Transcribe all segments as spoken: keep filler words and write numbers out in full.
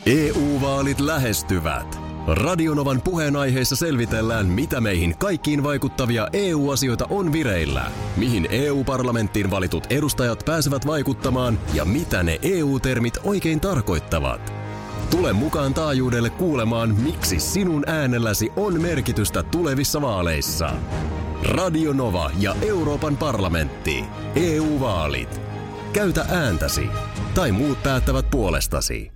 E U-vaalit lähestyvät. Radionovan puheenaiheessa selvitellään, mitä meihin kaikkiin vaikuttavia E U-asioita on vireillä, mihin E U-parlamenttiin valitut edustajat pääsevät vaikuttamaan ja mitä ne E U-termit oikein tarkoittavat. Tule mukaan taajuudelle kuulemaan, miksi sinun äänelläsi on merkitystä tulevissa vaaleissa. Radio Nova ja Euroopan parlamentti. E U-vaalit. Käytä ääntäsi. Tai muut päättävät puolestasi.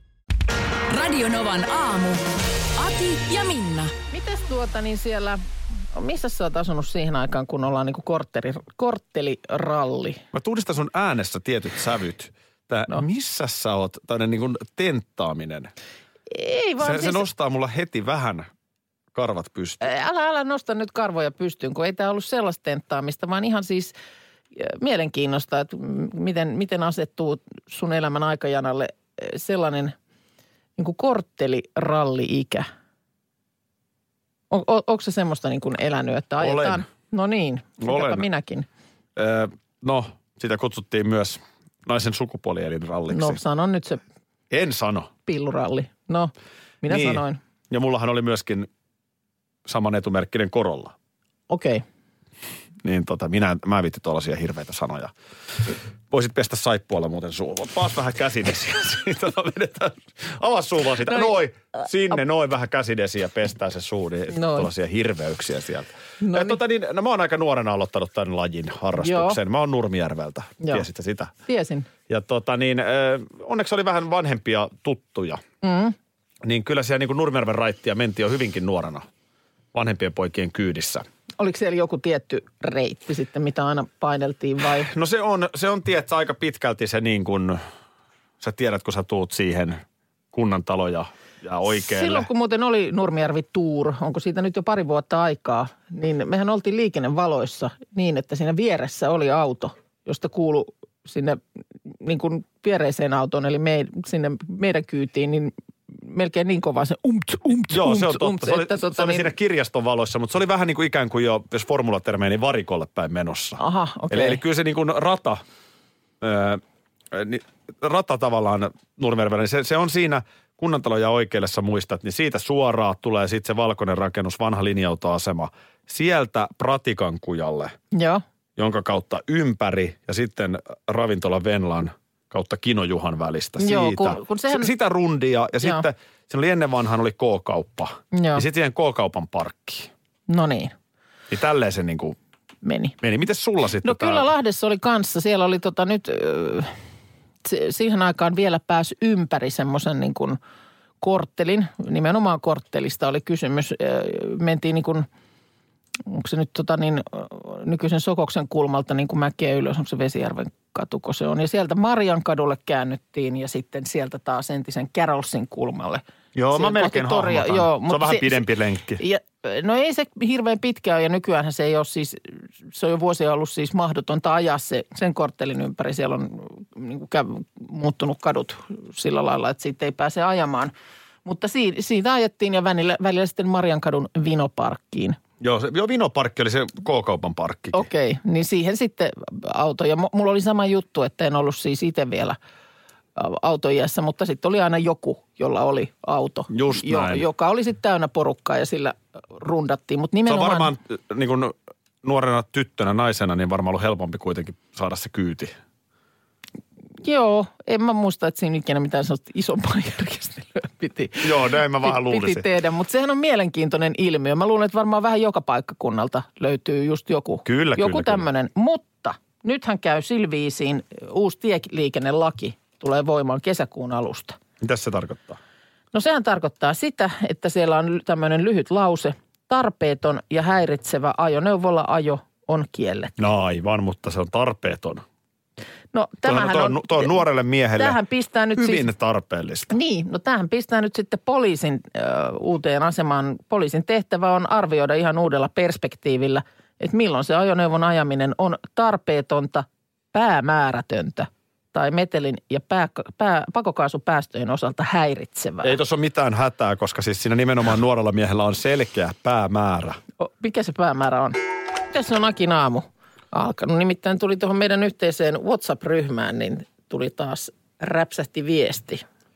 Radio Novan aamu. Ati ja Minna. Mites tuota niin siellä, missä sä oot asunut siihen aikaan, kun ollaan niinku kortteli, kortteliralli? Mä tunnistan sun äänessä tietyt sävyt. Tää, no. Missä sä oot, tämmönen niinku tenttaaminen? Ei vaan se, siis... se nostaa mulla heti vähän karvat pystyyn. Älä, älä nosta nyt karvoja pystyyn, kun ei tää ollut sellaista tenttaamista, vaan ihan siis mielenkiinnosta, että miten, miten asettuu sun elämän aikajanalle sellainen niin kuin kortteliralli-ikä. On, on, onko se semmoista niin kuin elänyt, että ajetaan? Olen. No niin, mikäpä minäkin. Öö, no, sitä kutsuttiin myös naisen sukupuolielin ralliksi. No, sano nyt se. En sano. Pilluralli. No, minä niin. sanoin. Ja mullahan oli myöskin saman etumerkkinen Corolla. Okei. Okay. Niin tota, minä, mä en vitti tuollaisia hirveitä sanoja. Voisit pestä saippualla muuten suulla. Paas vähän käsidesiä siitä. Vedetään. Avaa suu vaan siitä. Noin, noin sinne, noin vähän käsidesiä, pestää se suu. Niin tuollaisia hirveyksiä sieltä. No, niin. Tota, niin, no, mä oon aika nuorena aloittanut tämän lajin harrastuksen. Joo. Mä oon Nurmijärveltä. Joo. Tiesitkö sitä? Tiesin. Ja tota niin, äh, onneksi oli vähän vanhempia tuttuja. Mm. Niin kyllä siellä niin kuin Nurmijärven raittia mentiin jo hyvinkin nuorena vanhempien poikien kyydissä. Oliko siellä joku tietty reitti sitten, mitä aina paineltiin vai? No se on, se on tietysti aika pitkälti se niin kuin, sä tiedät kun sä tuut siihen kunnantalo ja, ja oikealle. Silloin kun muuten oli Nurmijärvi Tour, onko siitä nyt jo pari vuotta aikaa, niin mehän oltiin liikennevaloissa niin, että siinä vieressä oli auto, josta kuului sinne niin kuin viereiseen autoon, eli me, sinne meidän kyytiin, niin melkein niin kovaa se umts, umts, Joo, umts, se on totta. Umts, se oli, että, se oli niin... siinä kirjaston valoissa, mutta se oli vähän niin kuin ikään kuin jo, jos formulatermejä, niin varikolle päin menossa. Aha, okei. Okay. Eli, eli kyllä se niin kuin rata, ää, niin, rata tavallaan Nurmijärvellä, niin se, se on siinä kunnantalo ja oikealle sä muistat, niin siitä suoraan tulee sitten se valkoinen rakennus, vanha linja-autoasema, sieltä Pratikankujalle, Joo. jonka kautta ympäri ja sitten ravintola Venlan kautta Kino-Juhan välistä. Joo, siitä. Kun, kun sehän... Sitä rundia ja Joo. sitten siinä oli ennen vanhaan oli K-kauppa. Joo. Ja sitten siihen K-kaupan parkkiin. No niin. Niin tälleen se niin kuin meni. Meni. Mites sulla sitten? No kyllä Lahdessa oli kanssa. Siellä oli tota nyt, äh, siihen aikaan vielä pääsi ympäri semmoisen niin kuin korttelin. Nimenomaan korttelista oli kysymys. Äh, mentiin niin kuin, onko se nyt tota niin, nykyisen Sokoksen kulmalta niin kuin mäkeä ylös, onko se Vesijärven katuko se on. Ja sieltä Mariankadulle käännyttiin ja sitten sieltä taas entisen Carolsin kulmalle. Joo, mä melkein hahmotan. Joo, se on vähän se, pidempi lenkki. Ja, no ei se hirveän pitkä ole ja nykyäänhän se ei ole siis, se on jo vuosia ollut siis mahdotonta ajaa se, sen korttelin ympäri. Siellä on niin kuin käy, muuttunut kadut sillä lailla, että siitä ei pääse ajamaan. Mutta siitä, siitä ajettiin ja välillä, välillä sitten Mariankadun Vinoparkkiin. Joo, se, joo, Vinoparkki oli se K-kaupan parkki. Okei, okay, niin siihen sitten auto. Ja mulla oli sama juttu, että en ollut siis itse vielä autoiässä, mutta sitten oli aina joku, jolla oli auto. Just jo, näin. Joka oli sitten täynnä porukkaa ja sillä rundattiin. Mut nimenomaan... Se on varmaan niin kuin nuorena tyttönä, naisena, niin varmaan ollut helpompi kuitenkin saada se kyyti. Joo, en mä muista, että siinä ikinä mitään sellaista isompaa järjestelyä piti. Joo, näin mä vähän luulisin. Piti tehdä, mutta sehän on mielenkiintoinen ilmiö. Mä luulen, että varmaan vähän joka paikkakunnalta löytyy just joku. Kyllä, joku kyllä, tämmöinen. Kyllä. Mutta nythän käy silviisiin, uusi tieliikennelaki tulee voimaan kesäkuun alusta. Mitäs se tarkoittaa? No sehän tarkoittaa sitä, että siellä on tämmöinen lyhyt lause. Tarpeeton ja häiritsevä ajoneuvolla ajo on kielletty. No aivan, mutta se on tarpeeton. No tämähän on, on, on nuorelle miehelle tämähän pistää nyt hyvin siis, tarpeellista. Niin, no tämähän pistää nyt sitten poliisin ö, uuteen asemaan. Poliisin tehtävä on arvioida ihan uudella perspektiivillä, että milloin se ajoneuvon ajaminen on tarpeetonta, päämäärätöntä tai metelin ja pää, pää, pakokaasupäästöjen osalta häiritsevää. Ei tuossa ole mitään hätää, koska siis siinä nimenomaan nuorella miehellä on selkeä päämäärä. O, mikä se päämäärä on? Mikä se on Akin aamu alkanut? Nimittäin tuli tuohon meidän yhteiseen WhatsApp-ryhmään, niin tuli taas räpsähti viesti.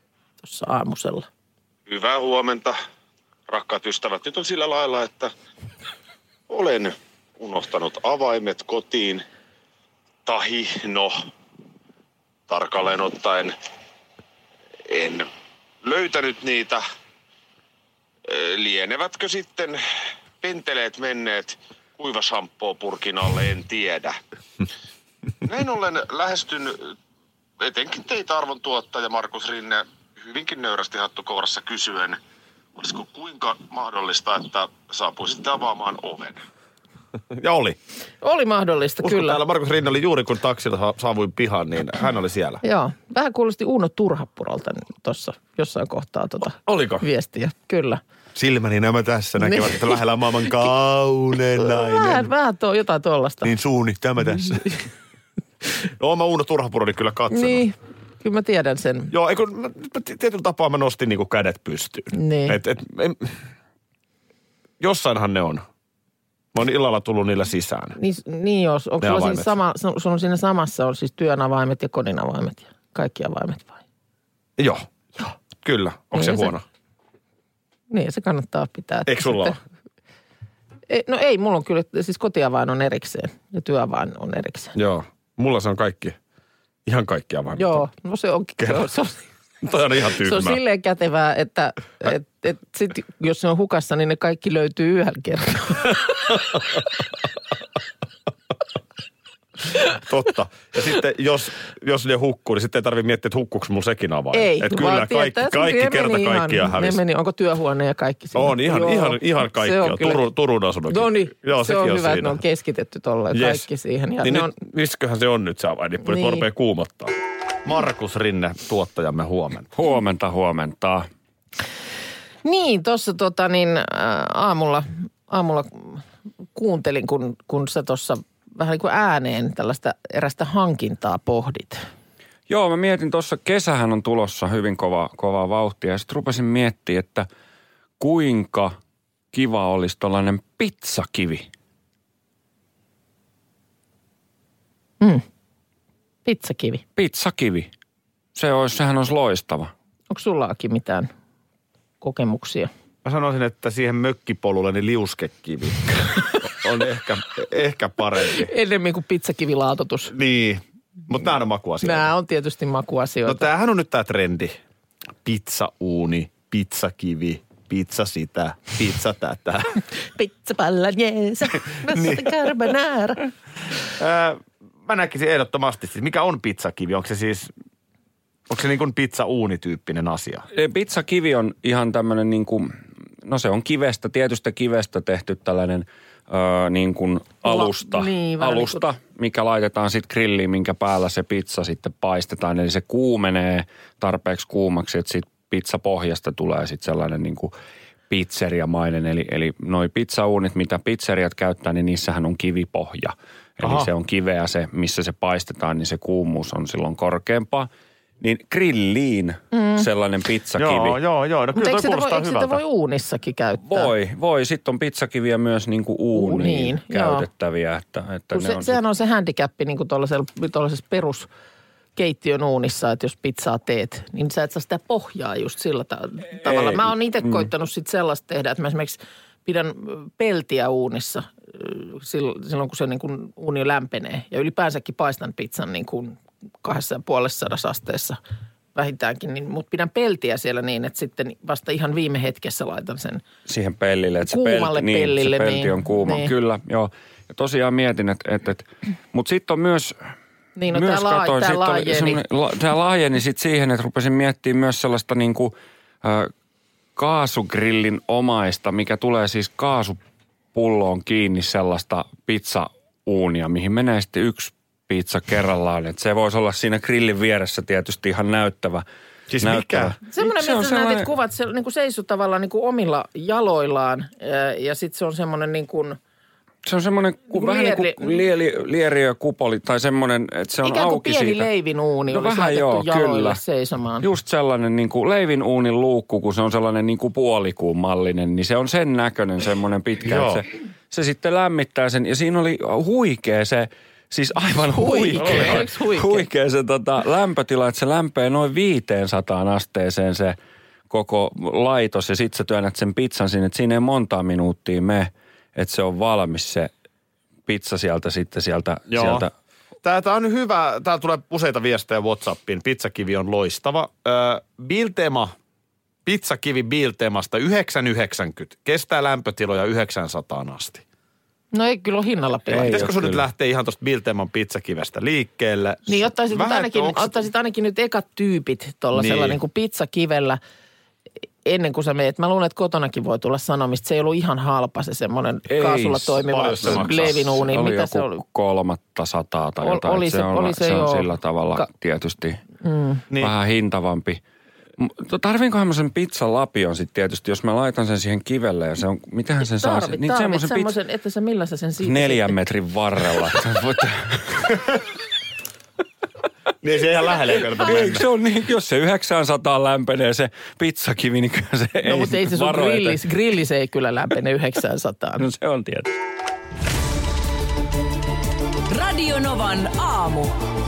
tuossa aamusella. Hyvää huomenta, rakkaat ystävät. Nyt on sillä lailla, että olen unohtanut avaimet kotiin. Tahi, no, tarkalleen ottaen en löytänyt niitä. Lienevätkö sitten penteleet menneet kuivashampoopurkin alle, en tiedä. Näin ollen lähestyn etenkin teitä arvon tuottaja Markus Rinne hyvinkin nöyrästi hattukourassa kysyen, olisiko kuinka mahdollista, että saapuisitte avaamaan oven? Ja oli. Oli mahdollista, Uskon kyllä. Täällä Markus Rinne oli juuri kun taksilla saavuin pihaan, niin hän oli siellä. Joo, vähän kuulosti Uno Turhapurolta tuossa jossain kohtaa tuota Oliko? viestiä, kyllä. Silmäni nämä tässä näkevät, että lähellä on maailman kaunein nainen. Vähän, vähän tuo, jotain tuollaista. Niin suuni, tämä tässä. No mä Uno Turhapuroni kyllä katsonut. Niin, kyllä mä tiedän sen. Joo, eikö, mä, tietyllä tapaa mä nostin niinku kädet pystyyn. Niin. Et, et, en, jossainhan ne on. Mä oon illalla tullut niillä sisään. Niin, niin jos, onko sulla, siinä sama, sulla siinä samassa on siis työn avaimet ja kodin avaimet ja kaikki avaimet vai? Joo, Joo. kyllä. Onko niin se se huono? Niin, se kannattaa pitää. Eikö sulla ole? Ei, no ei, mulla on kyllä, siis kotiavain on erikseen ja työavain on erikseen. Joo, mulla se on kaikki, ihan kaikki avaimet. Joo, no se on, se on, se on, Toi on ihan tyhmä. se on silleen kätevää, että et, et sit, jos se on hukassa, niin ne kaikki löytyy yhdellä kertaa. Totta. Ja sitten jos, jos ne hukkuu, niin sitten ei tarvitse miettiä, että hukkuuko mulla sekin avain. Ei, että kyllä kaikki, kaikki kerta kaikkiaan hävisi. Ne meni, onko työhuone ja kaikki siinä? On, ihan, ihan, ihan kaikki on. Kyllä. Turun, Turun asunnokin. No niin, Joo, se on on hyvä, siinä. että ne on keskitetty tolleen Yes. kaikki siihen. Ja niin nyt, on, misköhän se on nyt se avainippu, niin. Nyt rupeaa kuumottaa. Markus Rinne, tuottajamme, huomenta. Huomenta, huomenta. Niin, tuossa tota niin ä, aamulla, aamulla kuuntelin, kun, kun sä tuossa vähän niin kuin ääneen tällaista erästä hankintaa pohdit. Joo, mä mietin tuossa, kesähän on tulossa hyvin kova, kovaa vauhtia ja sitten rupesin miettimään, että kuinka kiva olisi tollainen pizzakivi. Mm. Pizzakivi. Pizzakivi. Se olisi, sehän olisi loistava. Onko sullaakin mitään kokemuksia? Mä sanoisin, että siihen mökkipolulle niin liuskekivi on ehkä, ehkä parempi. Ennemmin kuin pizzakivilaatotus. Niin, mutta nämä on makuasioita. Nämä on tietysti makuasioita. No tämähän on nyt tämä trendi. Pizzauuni, pizzakivi, pizza sitä, pizza tätä. Pizza bolognese, Niin. carbonara. Mä näkisin ehdottomasti, siis mikä on pizzakivi? Onko se siis, onko se niin kuin pizzauunityyppinen asia? Pizzakivi on ihan tämmöinen niin kuin, no se on kivestä, tietystä kivestä tehty tällainen öö, niin kuin alusta, La, niin, alusta niin kuin mikä laitetaan sitten grilliin, minkä päällä se pizza sitten paistetaan. Eli se kuumenee tarpeeksi kuumaksi, että siitä pizzapohjasta tulee sitten sellainen niin kuin pizzeriamainen. Eli, eli noi pizzauunit, mitä pizzeriat käyttää, niin niissähän on kivipohja. Eli Aha. se on kiveä se, missä se paistetaan, niin se kuumuus on silloin korkeampaa. Niin grilliin mm. sellainen pizzakivi. Joo, joo, joo. No kyllä toi kuulostaa voi, hyvältä. Sitä voi uunissakin käyttää? Voi, voi. Sitten on pizzakiviä myös niin kuin uuniin Uuniin, käytettäviä. Että, että ne se, on sehän sit... on se handicappi niin kuin tuollaisessa peruskeittiön uunissa, että jos pizzaa teet, niin sä et saa sitä pohjaa just sillä ta- tavalla. Mä oon itse mm. koittanut sit sellaista tehdä, että mä esimerkiksi pidän peltiä uunissa silloin, kun se niin kuin uuni lämpenee. Ja ylipäänsäkin paistan pizzan niin kuin kahdessa ja puolessa sadassa asteessa vähintäänkin, niin, mutta pidän peltiä siellä niin, että sitten vasta ihan viime hetkessä laitan sen siihen pellille. Että kuumalle se pelti, pellille. Niin, se pelti niin, on kuuma. niin. Kyllä, joo. Ja tosiaan mietin, että... että, että mutta sitten on myös... Niin, no myös tämä laa, katoin, tää sit oli laajeni. semmoinen- la- Tämä laajeni sitten siihen, että rupesin miettimään myös sellaista niin kuin äh, kaasugrillin omaista, mikä tulee siis kaasupulloon kiinni sellaista pizzauunia, mihin menee sitten yksi pizza kerrallaan. Että se voisi olla siinä grillin vieressä tietysti ihan näyttävä. Siis näyttävä. mikä? Semmoinen, Se on mistä sellainen... näytit sellainen- kuvat, se niin kuin seisoo tavallaan niin kuin omilla jaloillaan ja, ja sitten se on semmoinen niin kuin, Se on semmoinen ku, Niin vähän lieri- niin kuin lieri, lieriökupoli tai semmoinen, että se on ikään kuin auki pieni siitä. leivinuuni No olisi vähän laitettu joo, jaloille kyllä. seisomaan. Just sellainen niin kuin leivinuunin luukku, kun se on sellainen niin kuin puolikuun mallinen, niin se on sen näköinen semmoinen pitkä, Joo. että se, se sitten lämmittää sen. Ja siinä oli huikea se, Siis aivan huikea, huikea. huikea se tota, lämpötila, että se lämpee noin viiteensataan asteeseen se koko laitos ja sit sä työnnät sen pizzan sinne, että siinä ei montaa minuuttia mene, että se on valmis se pizza sieltä sitten sieltä. Joo. sieltä. Tää, tää on hyvä, täällä tulee useita viestejä WhatsAppiin, pizzakivi on loistava. Öö, Biltema, pizzakivi Biltemasta yhdeksän yhdeksänkymmentä, kestää lämpötiloja yhdeksänsataa asti. No ei kyllä ole hinnalla pelaa. Pitäisikö sun nyt lähteä ihan tuosta Bilteman pizzakivestä liikkeelle? Niin ottaisit, Vähän, ainakin, onks... ottaisit ainakin nyt ekat tyypit tuollaisella niin. niin kuin pizzakivellä ennen kuin sä meet. Mä luulen, että kotonakin voi tulla sanomista. Se ei ollut ihan halpa se semmoinen Ei, kaasulla toimiva leivinuuni. Se oli mitä joku se oli? kolmatta sataa tai Ol, jotain. oli se, se, on, oli se, se on joo. sillä tavalla Ka- tietysti mm. niin. vähän hintavampi. Tarviinkohan mä sen pizzalapion sitten tietysti, jos mä laitan sen siihen kivelle ja se on, mitähän sen saa? Tarvit, niin tarvit semmoisen, semmoisen, pizza, että sä millä sä sen siitä neljän sitten. metrin varrella. Niin se ihan lähelle kannata mennä. Eikö se on niin, jos se yhdeksänsataa lämpenee se pizzakivi, niin kyllä se no, ei No mutta ei se sun grillis, grillis ei kyllä lämpene yhdeksänsataa. No se on tietysti. Radio Novan aamu.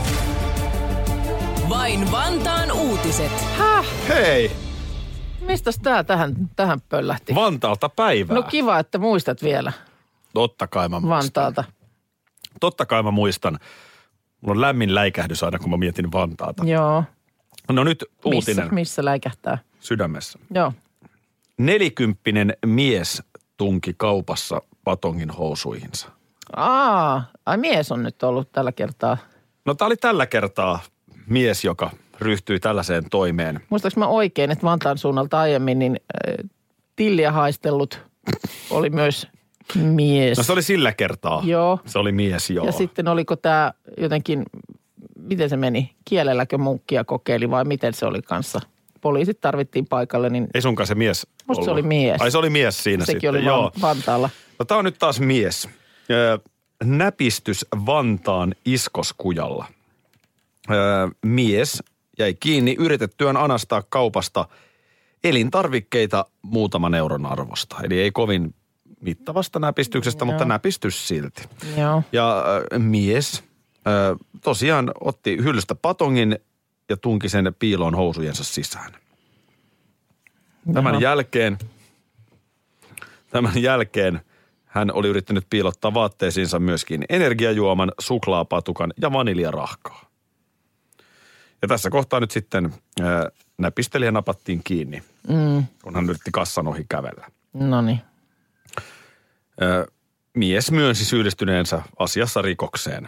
Vain Vantaan uutiset. Häh? Hei, Mistäs tää tähän, tähän pöllähti? Vantaalta päivää. No kiva, että muistat vielä Totta kai mä muistan. Vantaalta. Totta kai mä muistan. Mulla on lämmin läikähdys aina, kun mä mietin Vantaata. Joo. No nyt uutinen Missä, missä läikähtää? sydämessä. Joo. Nelikymppinen mies tunki kaupassa patongin housuihinsa. Aa, ai mies on nyt ollut tällä kertaa. No tää oli tällä kertaa mies, joka ryhtyi tällaiseen toimeen. Muistaaks mä oikein, että Vantaan suunnalta aiemmin niin äh, tilliä haistellut oli myös mies. No se oli sillä kertaa. Joo. Se oli mies, joo. Ja sitten oliko tämä jotenkin, miten se meni? Kielelläkö munkkia kokeili vai miten se oli kanssa? Poliisit tarvittiin paikalle, niin Ei sunkaan se mies musta ollut. se oli mies. Ai se oli mies siinä Sekin sitten, oli joo. Van, Vantaalla. No tää on nyt taas mies. Ö, näpistys Vantaan Iskoskujalla. Ö, mies jäi kiinni yritettyään anastaa kaupasta elintarvikkeita muutaman euron arvosta. Eli ei kovin mittavasta näpistyksestä, Joo. mutta näpistys silti. Joo. Ja ö, mies ö, tosiaan otti hyllystä patongin ja tunki sen piiloon housujensa sisään. Tämän Jaha. jälkeen, tämän jälkeen hän oli yrittänyt piilottaa vaatteisiinsa myöskin energiajuoman, suklaapatukan ja vaniljarahkaa. Ja tässä kohtaa nyt sitten ää, näpistelijä napattiin kiinni, Mm. kun hän yritti kassan ohi kävellä. No niin. Ää, mies myönsi syyllistyneensä asiassa rikokseen.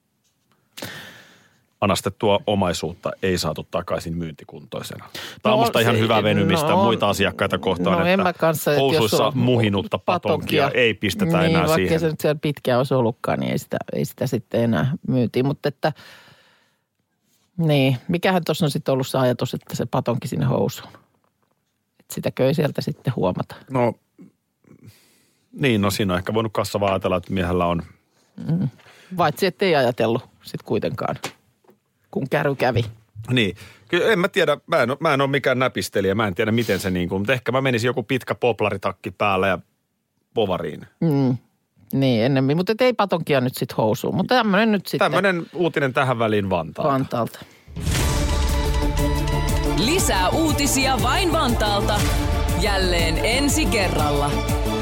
Anastettua omaisuutta ei saatu takaisin myyntikuntoisena. Tämä on No, musta ihan se- hyvä venymistä no, muita asiakkaita kohtaan, no, en mä että kanssa, että jos housuissa sulla on muhinutta patonkia ei pistetä niin, enää vaikka siihen. se nyt siellä pitkään olisi ollutkaan, niin ei sitä, ei sitä sitten enää myytiin. Mutta että, niin, mikähän tuossa on sitten ollut se ajatus, että se patonki sinne housuun. Että sitäkö ei sieltä sitten huomata. No, niin, no siinä on ehkä voinut kassa vaan ajatella, että miehellä on. Mm. Vaitsi, että ei ajatellut sitten kuitenkaan, kun käry kävi. Niin, kyllä en mä tiedä, mä en, mä en ole mikään näpistelijä, mä en tiedä miten se niin kuin, mutta ehkä mä menisin joku pitkä poplaritakki päällä ja povariin. Mm. Niin, ennemmin, mutta ei patonkia nyt sitten housuun. Mutta tämmöinen nyt sitten Tämmöinen uutinen tähän väliin Vantaalta. Vantaalta. Lisää uutisia vain Vantaalta. Jälleen ensi kerralla.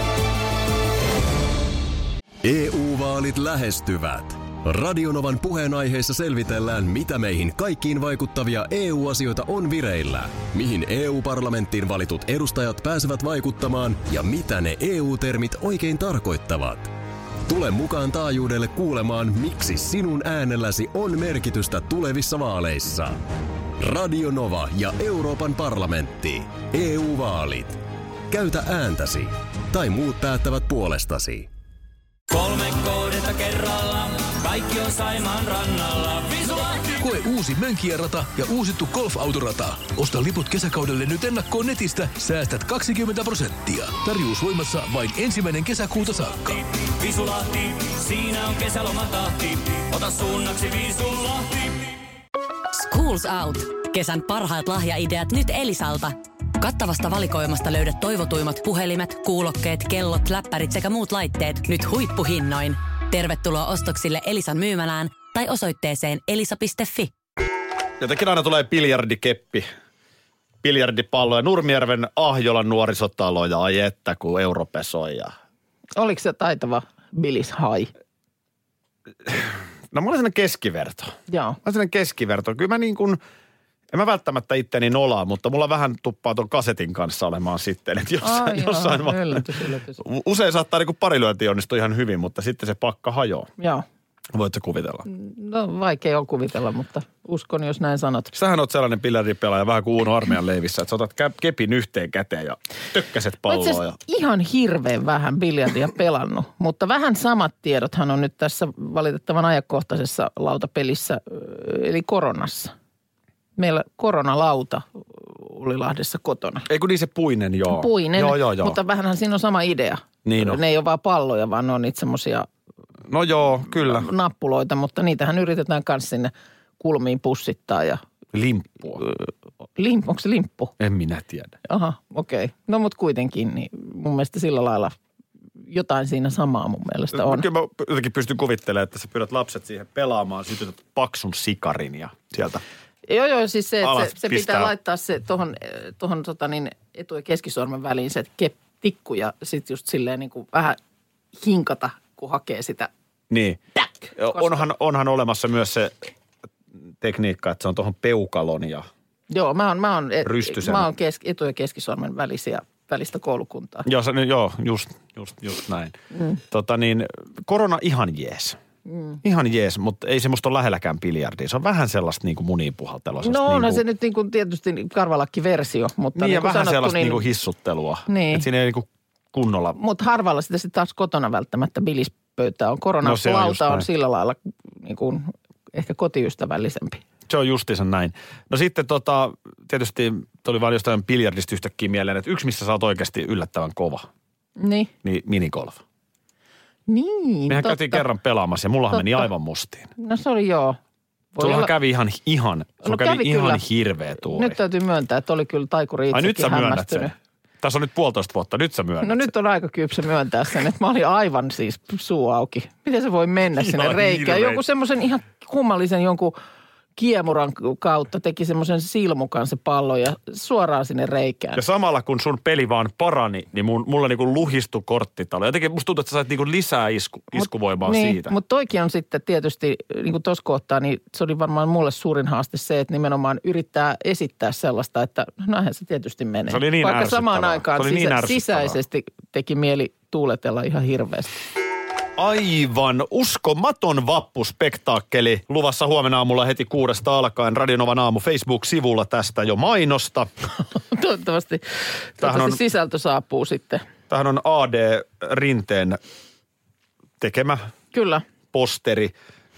E U-vaalit lähestyvät. Radionovan puheenaiheessa selvitellään, mitä meihin kaikkiin vaikuttavia E U-asioita on vireillä, mihin E U-parlamenttiin valitut edustajat pääsevät vaikuttamaan ja mitä ne E U-termit oikein tarkoittavat. Tule mukaan taajuudelle kuulemaan, miksi sinun äänelläsi on merkitystä tulevissa vaaleissa. Radio Nova ja Euroopan parlamentti. E U-vaalit. Käytä ääntäsi. Tai muut päättävät puolestasi. Kolme kohdetta kerralla, kaikki on Saimaan rannalla. Visulahti! Koe uusi Mönkijärata ja uusittu golfautorata. Osta liput kesäkaudelle nyt ennakkoon netistä, säästät kaksikymmentä prosenttia. Tarjous voimassa vain ensimmäinen kesäkuuta saakka. Visulahti, siinä on kesälomatahti. Ota suunnaksi Visulahti. Schools Out. Kesän parhaat lahjaideat nyt Elisalta. Kattavasta valikoimasta löydät toivotuimmat puhelimet, kuulokkeet, kellot, läppärit sekä muut laitteet nyt huippuhinnoin. Tervetuloa ostoksille Elisan myymälään tai osoitteeseen elisa piste fi. Jotenkin aina tulee biljardikeppi, biljardipallo ja Nurmijärven Ahjolan nuorisotalo ja ai että kun Europe soi. Ja... Oliko se taitava Billis High? No mä olen sellainen keskiverto. Joo. Mä olen sellainen keskiverto. Kyllä mä niin kuin, en mä välttämättä itteni nolaa, mutta mulla vähän tuppaa ton kasetin kanssa olemaan sitten. Että jossain, Ai jossain joo, va- yllätys, yllätys. Usein saattaa niin kuin pari lyöntiä onnistua ihan hyvin, mutta sitten se pakka hajoaa. Joo. Voitko kuvitella? No vaikea on kuvitella, mutta uskon, jos näin sanot. Sähän oot sellainen biljardipelaaja vähän kuin Uuno armeijan leivissä, että sä otat kepin yhteen käteen ja tökkäset palloa. Ja... ihan hirveän vähän biljardia pelannut, mutta vähän samat tiedothan on nyt tässä valitettavan ajankohtaisessa lautapelissä, eli koronassa. Meillä koronalauta oli Lahdessa kotona. Ei kun niin se puinen, joo. Puinen, joo, joo, joo. mutta vähänhän siinä on sama idea. Niin on. Ne ei ole vaan palloja, vaan ne on niitä semmoisia no joo, kyllä. nappuloita, mutta niitähän yritetään myös sinne kulmiin pussittaa. Ja... Limppua. Limp, onko se limppu? En minä tiedä. Aha, okei. Okay. No mutta kuitenkin, niin mun mielestä sillä lailla jotain siinä samaa mun mielestä on. Kyllä mä jotenkin pystyn kuvittelemaan, että sä pyydät lapset siihen pelaamaan, sytytät paksun sikarin ja sieltä... Joo, joo, siis se, että se, se pistää. pitää laittaa se tuohon tohon, tota niin, etu- ja keskisormen väliin se kep, tikku ja sitten just silleen niin kuin vähän hinkata, kun hakee sitä. Niin. Täk, onhan, onhan olemassa myös se tekniikka, että se on tuohon peukalon ja joo, mä oon, mä oon, rystysen. mä oon kes, etu- ja keskisormen välisiä, välistä koulukuntaa. Joo, se, joo just, just, just näin. Mm. Tota niin, korona ihan jees. Mm. Ihan jees, mutta ei semmoista ole lähelläkään biljardia. Se on vähän sellaista niin kuin muniin puhaltelua. No onhan niin kuin... se nyt niin kuin tietysti karvalakkiversio, mutta niin, niin ja kuin vähän sanottu, sellaista niin, niin kuin hissuttelua. Niin. Että siinä ei niin kuin kunnolla. Mutta harvalla sitä sitten taas kotona välttämättä bilispöytää on. Koronalauta no, on, on sillä lailla niin kuin ehkä kotiystävällisempi. Se on justiinsa näin. No sitten tota, tietysti tuli vaan jostain biljardista yhtäkkiä mieleen, että yksi missä sä oot oikeasti yllättävän kova. Niin. Niin minigolf. Niin, Mehän totta. käytiin kerran pelaamassa ja mullahan totta. meni aivan mustiin. No se oli joo. Voi Sullahan olla... kävi ihan, ihan, se no, kävi, kävi ihan kyllä. hirveä tuuri. Nyt täytyy myöntää, että oli kyllä taikuri itsekin Ai nyt sä myönnät hämmästynyt. sen. Tässä on nyt puolitoista vuotta, nyt sä myönnät No sen. nyt on aika kypsä myöntää sen, että mä olin aivan siis suu auki. Miten se voi mennä sinne Ihan reikään? hirveä. Joku semmoisen ihan kummallisen jonkun kiemuran kautta teki semmoisen silmukan se pallo ja suoraan sinne reikään. Ja samalla kun sun peli vaan parani, niin mun, mulla niinku luhistui korttitalo. Jotenkin musta tuntuu, että sä sait niinku lisää isku, iskuvoimaa niin, siitä. Mutta toikin on sitten tietysti, niin kuin tuossa kohtaa, niin se oli varmaan mulle suurin haaste se, että nimenomaan yrittää esittää sellaista, että näinhän se tietysti menee. Se oli niin Vaikka ärsyttävää. samaan aikaan Se oli niin sisä, ärsyttävää. sisäisesti teki mieli tuuletella ihan hirveästi. Aivan uskomaton vappuspektaakkeli luvassa huomenna aamulla heti kuudesta alkaen. Radionovan aamu Facebook-sivulla tästä jo mainosta. Toivottavasti, toivottavasti on, sisältö saapuu sitten. Tämähän on A D Rinteen tekemä Kyllä. posteri.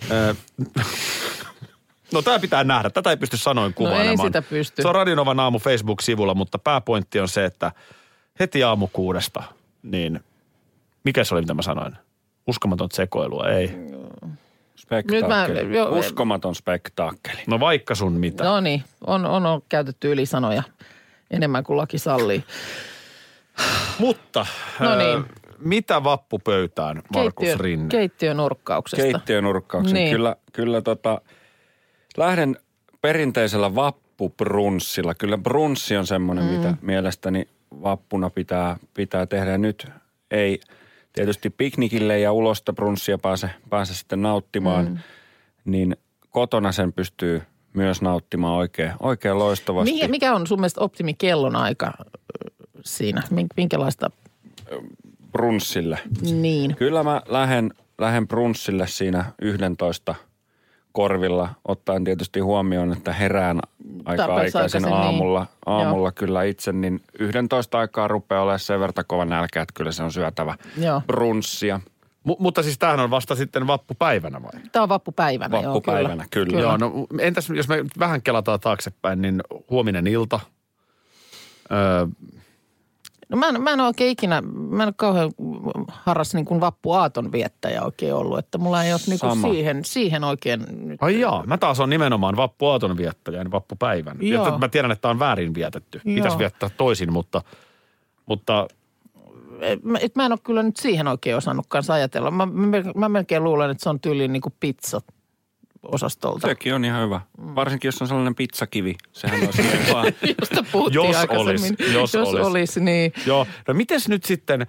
No tämä pitää nähdä. Tätä ei pysty sanoin kuvailemaan. No ei sitä pysty. Se on Radionovan aamu Facebook-sivulla, mutta pääpointti on se, että heti aamu kuudesta, niin mikä se oli, mitä mä sanoin? Uskomaton sekoilua, ei. Spektaakkeli. Nyt mä- jo- Uskomaton spektaakkeli. No vaikka sun mitä. No niin, on, on, on käytetty ylisanoja enemmän kuin laki sallii. Mutta No niin. äh, mitä vappupöytään, Markus Keittiön, Rinne? keittiönurkkauksesta. Keittiönurkkauksen. Niin. Kyllä, kyllä tota, lähden perinteisellä vappubrunssilla. Kyllä brunssi on semmoinen, mm. mitä mielestäni vappuna pitää, pitää tehdä. Ja nyt ei tietysti piknikille ja ulosta brunssia pääse, pääse sitten nauttimaan, mm. niin kotona sen pystyy myös nauttimaan oikein, oikein loistavasti. Mikä, mikä on sun mielestä optimikellon aika siinä? Minkälaista? Brunssille. Niin. Kyllä mä lähden, lähden brunssille siinä yhdentoista korvilla, ottaen tietysti huomioon, että herään aika Tarpeeksi aikaisin aikaisin, aamulla, niin. aamulla Joo. kyllä itse, niin yhdentoista aikaa rupeaa olemaan sen verran kova nälkä, että kyllä se on syötävä Joo. brunssia. M- mutta siis tämähän on vasta sitten vappupäivänä vai? Tämä on vappupäivänä. Vappupäivänä, joo, kyllä. kyllä. Joo, no entäs jos me vähän kelataan taaksepäin, niin huominen ilta. Öö, No mä en, mä en ole oikein ikinä, mä en ole kauhean harras niin kuin vappuaaton viettäjä oikein ollut, että mulla ei ole niin kuin siihen, siihen oikein nyt. ai jaa, mä taas on nimenomaan vappuaaton viettäjä, en vappupäivän. Joo. Ja mä tiedän, että tämä on väärin vietetty. Joo. Pitäisi viettää toisin, mutta, mutta et mä en ole kyllä nyt siihen oikein osannut kanssa ajatella. Mä, mä, mä melkein luulen, että se on tyyliin niin kuin pizza-osastolta. Sekin on ihan hyvä. Varsinkin, jos on sellainen pizzakivi. Sehän on siihen vaan. Josta puhuttiin jos aikaisemmin. Olisi, jos, jos olisi. olisi, niin. Joo. No mites nyt sitten, äh,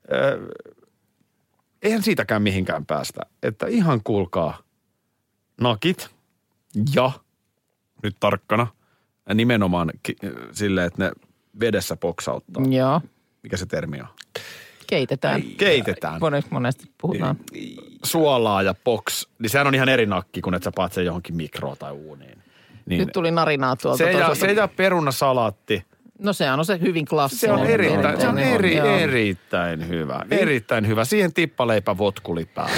eihän siitäkään mihinkään päästä, että ihan kuulkaa nakit ja nyt tarkkana nimenomaan ki- silleen, että ne vedessä poksauttaa. Joo. Mikä se termi on? Keitetään. Keitetään. Monesti, monesti puhutaan. Suolaa ja poks, niin sehän on ihan eri nakki, kun et sä paat sen johonkin mikroon tai uuniin. Niin Nyt tuli narinaa tuolta. se, ja, toisaalta. se ja perunasalaatti. No sehän on se hyvin klassinen. Se on erittäin, se on eri, Joo. erittäin hyvä. Erittäin hyvä. Siihen tippaleipä votkuli päälle.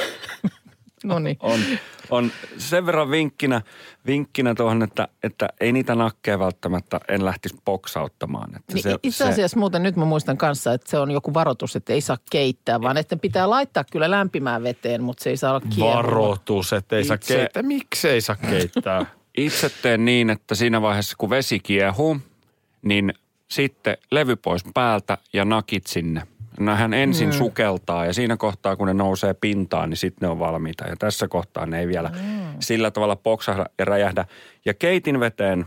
No niin. On, on sen verran vinkkinä, vinkkinä tuohon, että, että ei niitä nakkeja välttämättä en lähtisi poksauttamaan. Että Niin se, itse asiassa se... muuten nyt mä muistan kanssa, että se on joku varoitus, että ei saa keittää, vaan että pitää laittaa kyllä lämpimään veteen, mutta se ei saa olla kiehuvaa. Varoitus, että ei saa Itse- keittää. Miksi ei saa keittää? Itse teen niin, että siinä vaiheessa kun vesi kiehuu, niin sitten levy pois päältä ja nakit sinne. Nähän ensin mm. sukeltaa ja siinä kohtaa, kun ne nousee pintaan, niin sitten ne on valmiita. Ja tässä kohtaa ne ei vielä mm. sillä tavalla poksahda ja räjähdä. Ja keitin veteen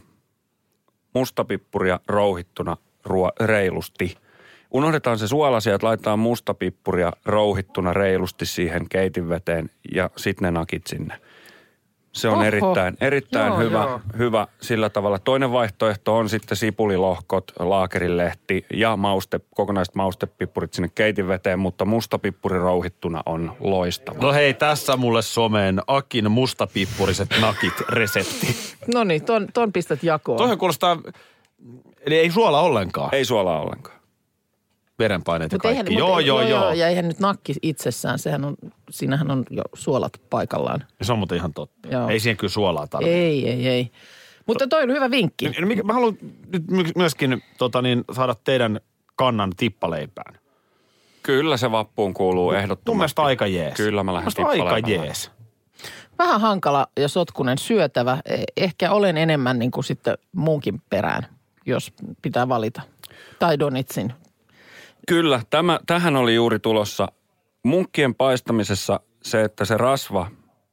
mustapippuria rouhittuna ruo- reilusti. Unohdetaan se suolasia, että laitetaan mustapippuria rouhittuna reilusti siihen keitin veteen ja sitten ne nakit sinne. Se on Oho. erittäin, erittäin Joo, hyvä, joo. hyvä sillä tavalla. Toinen vaihtoehto on sitten sipulilohkot, laakerilehti ja mauste, kokonaiset maustepippurit sinne keitin veteen, mutta mustapippuri rouhittuna on loistava. No hei, tässä mulle someen Akin mustapippuriset nakit resepti. No niin, ton, ton pistät jakoon. Toihan kuulostaa, eli ei suola ollenkaan. Ei suolaa ollenkaan. Verenpaineet ja Mut eihän- kaikki. mut Joo, ei- joo, joo. Ja eihän nyt nakki itsessään, sehän on, siinähän on jo suolat paikallaan. Ja se on muuten ihan totta. Joo. Ei siihen kyllä suolaa tarvitse. Ei, ei, ei. Mutta toi on hyvä vinkki. No, mikä- Mä haluan nyt my- myöskin tota niin, saada teidän kannan tippaleipään. Kyllä se vappuun kuuluu ehdottomasti. Mun mielestä aika jees. Kyllä mä lähden Mun mielestä aika tippaleipään. jees. Vähän hankala ja sotkunen syötävä. Eh- Ehkä olen enemmän niin kuin sitten muunkin perään, jos pitää valita. Tai donitsin. Kyllä, tämä, tähän oli juuri tulossa munkkien paistamisessa se, että se rasva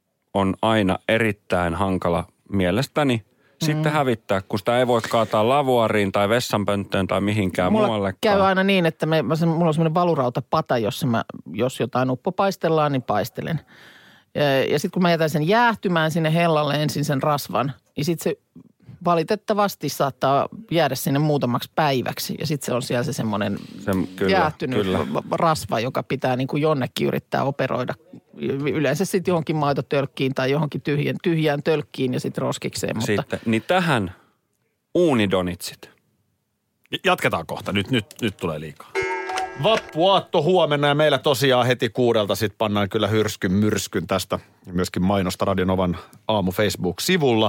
on aina erittäin hankala mielestäni sitten Mm. hävittää, kun sitä ei voi kaataa lavuariin tai vessanpönttöön tai mihinkään Mulla muuallekaan. käy aina niin, että me, mä, sen- mulla on semmoinen valurautapata, jossa mä, jos jotain uppo paistellaan, niin paistelen. Ja, ja sitten kun mä jätän sen jäähtymään sinne hellalle ensin sen rasvan, niin sitten se valitettavasti saattaa jäädä sinne muutamaksi päiväksi. Ja sitten se on siellä se semmoinen Se, kyllä, jäähtynyt kyllä. va- rasva, joka pitää niin kuin jonnekin yrittää operoida. Yleensä sitten johonkin maitotölkkiin tai johonkin tyhjään, tyhjään tölkkiin ja sitten roskikseen. Mutta Sitten, niin tähän uunidonitsit. Jatketaan kohta. Nyt, nyt, nyt tulee liikaa. Vappuaatto huomenna ja meillä tosiaan heti kuudelta sitten pannaan kyllä hyrskyn myrskyn tästä. Ja myöskin mainosta Radionovan aamu Facebook-sivulla.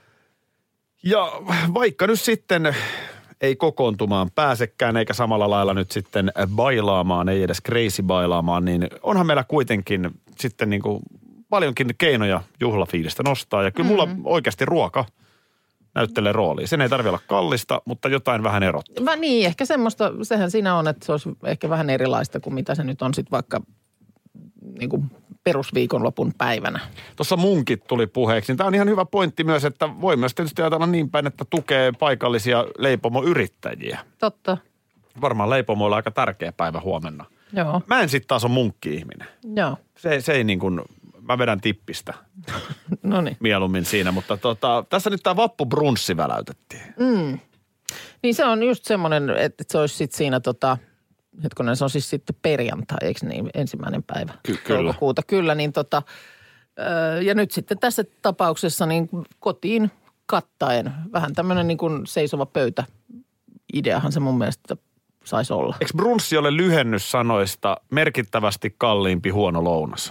Ja vaikka nyt sitten ei kokoontumaan pääsekään eikä samalla lailla nyt sitten bailaamaan, ei edes crazy bailaamaan, niin onhan meillä kuitenkin sitten niin kuin paljonkin keinoja juhlafiilistä nostaa. Ja kyllä mulla mm. oikeasti ruoka näyttelee roolia. Sen ei tarvitse olla kallista, mutta jotain vähän erottaa. Mä niin, ehkä semmoista, sehän siinä on, että se olisi ehkä vähän erilaista kuin mitä se nyt on sitten vaikka niin kuin perusviikonlopun päivänä. Tuossa munkit tuli puheeksi, niin tämä on ihan hyvä pointti myös, että voi myös tietysti ajatella niin päin, että tukee paikallisia leipomoyrittäjiä. Totta, Varmaan leipomoilla aika tärkeä päivä huomenna. joo, Mä en sitten taas ole munkki-ihminen. joo. Se, se ei niin kuin, mä vedän tippistä No niin. mieluummin siinä, mutta tota, tässä nyt tämä vappubrunssi väläytettiin. Mm. Niin se on just semmoinen, että se olisi sitten siinä tota, hetkonen, se on siis sitten perjantai, eikö niin, ensimmäinen päivä Ky- kyllä. toukokuuta. Kyllä, niin tota, ö, ja nyt sitten tässä tapauksessa niin kotiin kattaen, vähän tämmöinen niin kuin seisova pöytä, ideahan se mun mielestä saisi olla. Eikö brunssi ole lyhennys sanoista merkittävästi kalliimpi huono lounas?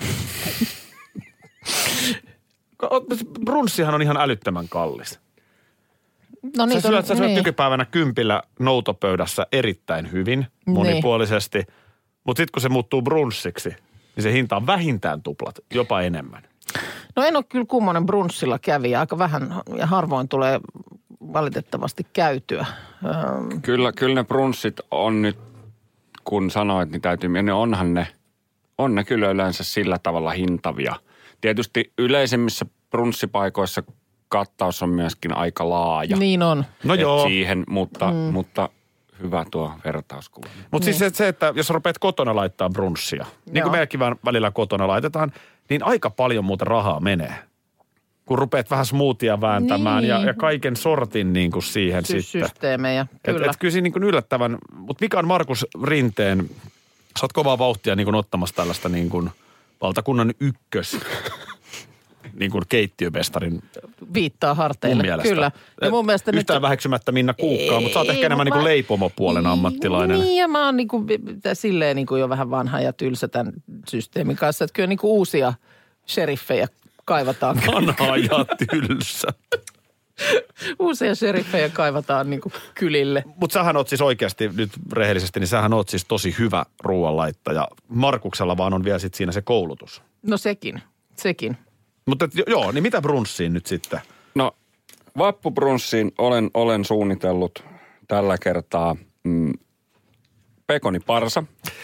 Brunssihan on ihan älyttömän kallis. No Sä syöt, on, sä syöt niin. nykypäivänä kympillä noutopöydässä erittäin hyvin, monipuolisesti. Niin. Mutta sitten kun se muuttuu brunssiksi, niin se hinta on vähintään tuplat, jopa enemmän. No en ole kyllä kummonen brunssilla kävijä. Aika vähän ja harvoin tulee valitettavasti käytyä. Öm, Kyllä, kyllä ne brunssit on nyt kun sanoit, niin täytyy, niin onhan ne, on ne kyllä yleensä sillä tavalla hintavia. Tietysti yleisemmissä brunssipaikoissa kattaus on myöskin aika laaja. Niin on. No joo. Siihen, mutta, mm. mutta hyvä tuo vertauskuva. Mutta siis se, se, että jos rupeat kotona laittaa brunssia, niin kuin meidänkin välillä kotona laitetaan, niin aika paljon muuta rahaa menee. Kun rupeat vähän smoothia vääntämään niin. ja, ja kaiken sortin niin kuin siihen Sy- sitten. Systeemejä, kyllä. Et, et kyllä siinä niin kuin yllättävän, mutta mikä on Markus Rinteen, sä oot kovaa vauhtia niin kuin ottamassa tällaista niin kuin valtakunnan ykkös, niin kuin keittiömestarin. Viittaa harteille, mun mielestä. kyllä. Ja mun mielestä yhtään nyt väheksymättä Minna Kuukkaa, mutta sä oot ehkä enemmän niin kuin leipomopuolen ammattilainen. Niin, ja mä oon niin kuin, silleen niin kuin jo vähän vanha ja tylsä tämän systeemin kanssa, että kyllä niin kuin uusia sheriffejä kaivataan. Vanha ja tylsä. Uusia sheriffejä kaivataan niin kuin kylille. Mutta sähän oot siis oikeasti nyt rehellisesti, niin sähän oot siis tosi hyvä ruoanlaittaja. Markuksella vaan on vielä sit siinä se koulutus. No sekin, sekin. Mutta joo, niin mitä brunssiin nyt sitten? No vappubrunssiin olen, olen suunnitellut tällä kertaa mm, pekoniparsa.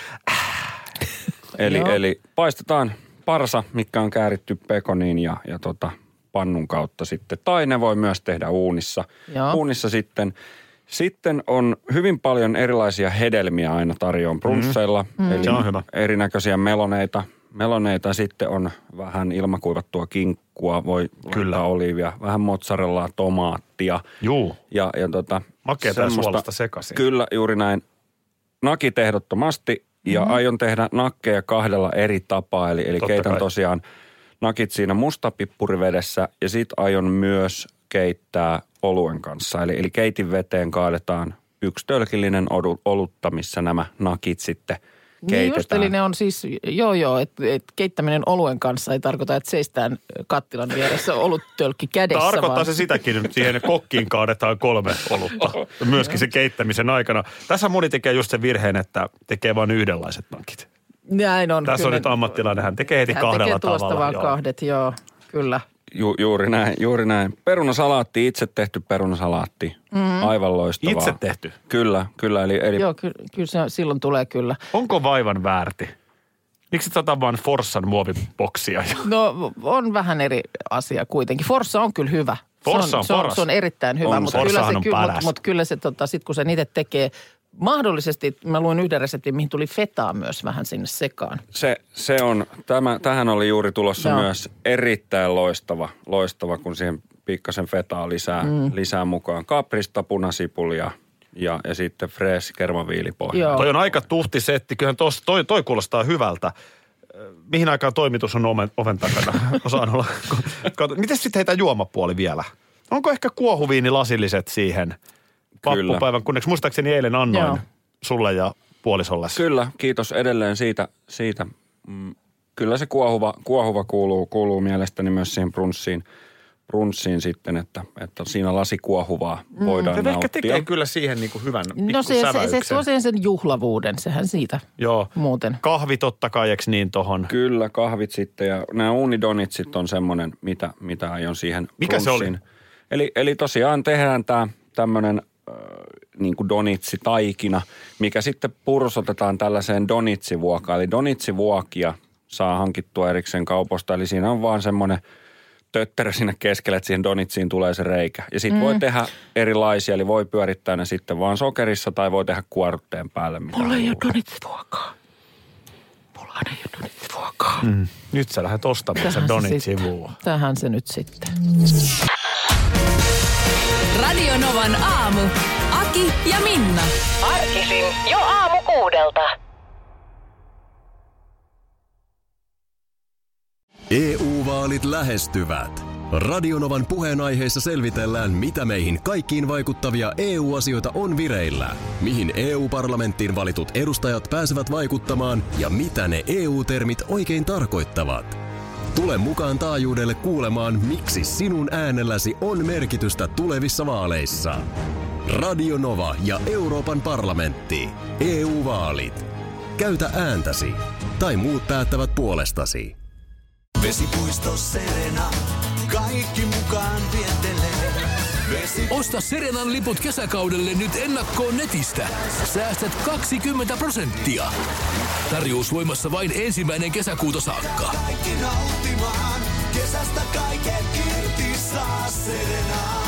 eli, eli paistetaan parsa, mikä on kääritty pekoniin ja, ja tota, pannun kautta sitten. Tai ne voi myös tehdä uunissa. Joo. Uunissa sitten. Sitten on hyvin paljon erilaisia hedelmiä aina tarjoon brunsseilla. Mm. Eli Se on hyvä. erinäköisiä meloneita. Meloneita sitten on vähän ilmakuivattua kinkkua, voi Kyllä. laittaa oliivia, vähän mozzarellaa, tomaattia. Juu. Ja, ja tota, Makeata ja suolasta sekaisin. Kyllä, juuri näin. Nakit ehdottomasti ja mm-hmm. aion tehdä nakkeja kahdella eri tapaa. Eli, eli keitän kai. tosiaan nakit siinä mustapippurivedessä ja sit aion myös keittää oluen kanssa. Eli, eli keitin veteen kaadetaan yksi tölkillinen olutta, missä nämä nakit sitten keitetään. Niin just, eli ne on siis, joo joo, että et keittäminen oluen kanssa ei tarkoita, että seistään kattilan vieressä oluttölkki kädessä. Tarkoittaa vaan se sitäkin, nyt siihen kokkiin kaadetaan kolme olutta, myöskin sen keittämisen aikana. Tässä moni tekee just sen virheen, että tekee vain yhdenlaiset nakit. Näin on. Tässä kyllä. on nyt ammattilainen, hän tekee heti hän kahdella tekee tuosta tavalla. vaan joo. kahdet, joo, kyllä. Ju, juuri näin, juuri näin. Perunasalaatti, itse tehty perunasalaatti. Mm. Aivan loistavaa. Itse tehty? Kyllä, kyllä. Eli, eli... Joo, ky- kyllä se silloin tulee kyllä. Onko vaivan väärti? Miksi et sata vaan Forssan muoviboksia? No on vähän eri asia kuitenkin. Forssa on kyllä hyvä. Forssa se on, on se on, paras. se on erittäin hyvä, On, mutta kyllä Forssahan se, on ky- paras. mut, mut kyllä se tota, sit kun se itse tekee, mahdollisesti, mä luin yhden reseptin, mihin tuli fetaa myös vähän sinne sekaan. Se, se on, tämä, tähän oli juuri tulossa Joo. myös erittäin loistava, loistava, kun siihen pikkasen fetaa lisää, mm. lisää mukaan. Kaprista, punasipulia ja, ja sitten fresh kermaviilipohja. Joo. Toi on aika tuhti setti. Kyllähän tos, toi, toi kuulostaa hyvältä. Mihin aikaan toimitus on oven, oven takana? Osaan olla. Miten sitten heitä juomapuoli vielä? Onko ehkä kuohuviini lasilliset siihen vappupäivän kunneksi? Muistaakseni eilen annoin Joo. sulle ja puolisolle. Kyllä, kiitos edelleen siitä. siitä. Mm, kyllä se kuohuva, kuohuva kuuluu, kuuluu mielestäni myös siihen brunssiin, brunssiin sitten, että, että siinä lasikuohuvaa voidaan Se nauttia. ehkä tekee kyllä siihen niin kuin hyvän pikku No se, se, säväyksen. se tosiaan sen juhlavuuden, sehän siitä Joo. muuten. Kahvi totta kai, eikö niin tohon? Kyllä, kahvit sitten ja nämä uunidonitsit on semmoinen, mitä, mitä aion siihen Mikä se brunssiin. oli? Eli, eli tosiaan tehdään tämä tämmöinen äh, niin kuin donitsitaikina, mikä sitten pursotetaan tällaiseen donitsivuokaan. Eli donitsivuokia saa hankittua erikseen kaupoista, eli siinä on vaan semmoinen tötterö sinne keskelle, että siihen donitsiin tulee se reikä. Ja sitten mm. voi tehdä erilaisia, eli voi pyörittää ne sitten vaan sokerissa tai voi tehdä kuorrutteen päälle. Mulla ei ole donitsivuokaa. Mulla ei ole donitsivuokaa. Mm. Nyt sä lähdet ostamaan sen donitsivua. Tähän se nyt sitten. Radio Novan aamu. Aki ja Minna. Arkisin jo aamu kuudelta. E U-vaalit lähestyvät. Radio Novan puheenaiheessa selvitellään, mitä meihin kaikkiin vaikuttavia E U-asioita on vireillä, mihin E U-parlamenttiin valitut edustajat pääsevät vaikuttamaan ja mitä ne E U-termit oikein tarkoittavat. Tule mukaan taajuudelle kuulemaan, miksi sinun äänelläsi on merkitystä tulevissa vaaleissa. Radio Nova ja Euroopan parlamentti. E U-vaalit. Käytä ääntäsi. Tai muut päättävät puolestasi. Vesipuisto Serena, kaikki mukaan vietelee. Osta Serenan liput kesäkaudelle nyt ennakkoon netistä. Säästät kaksikymmentä prosenttia. Tarjous voimassa vain ensimmäinen kesäkuuta saakka. Kaikki nauttimaan, kesästä kaiken irti saa Serena.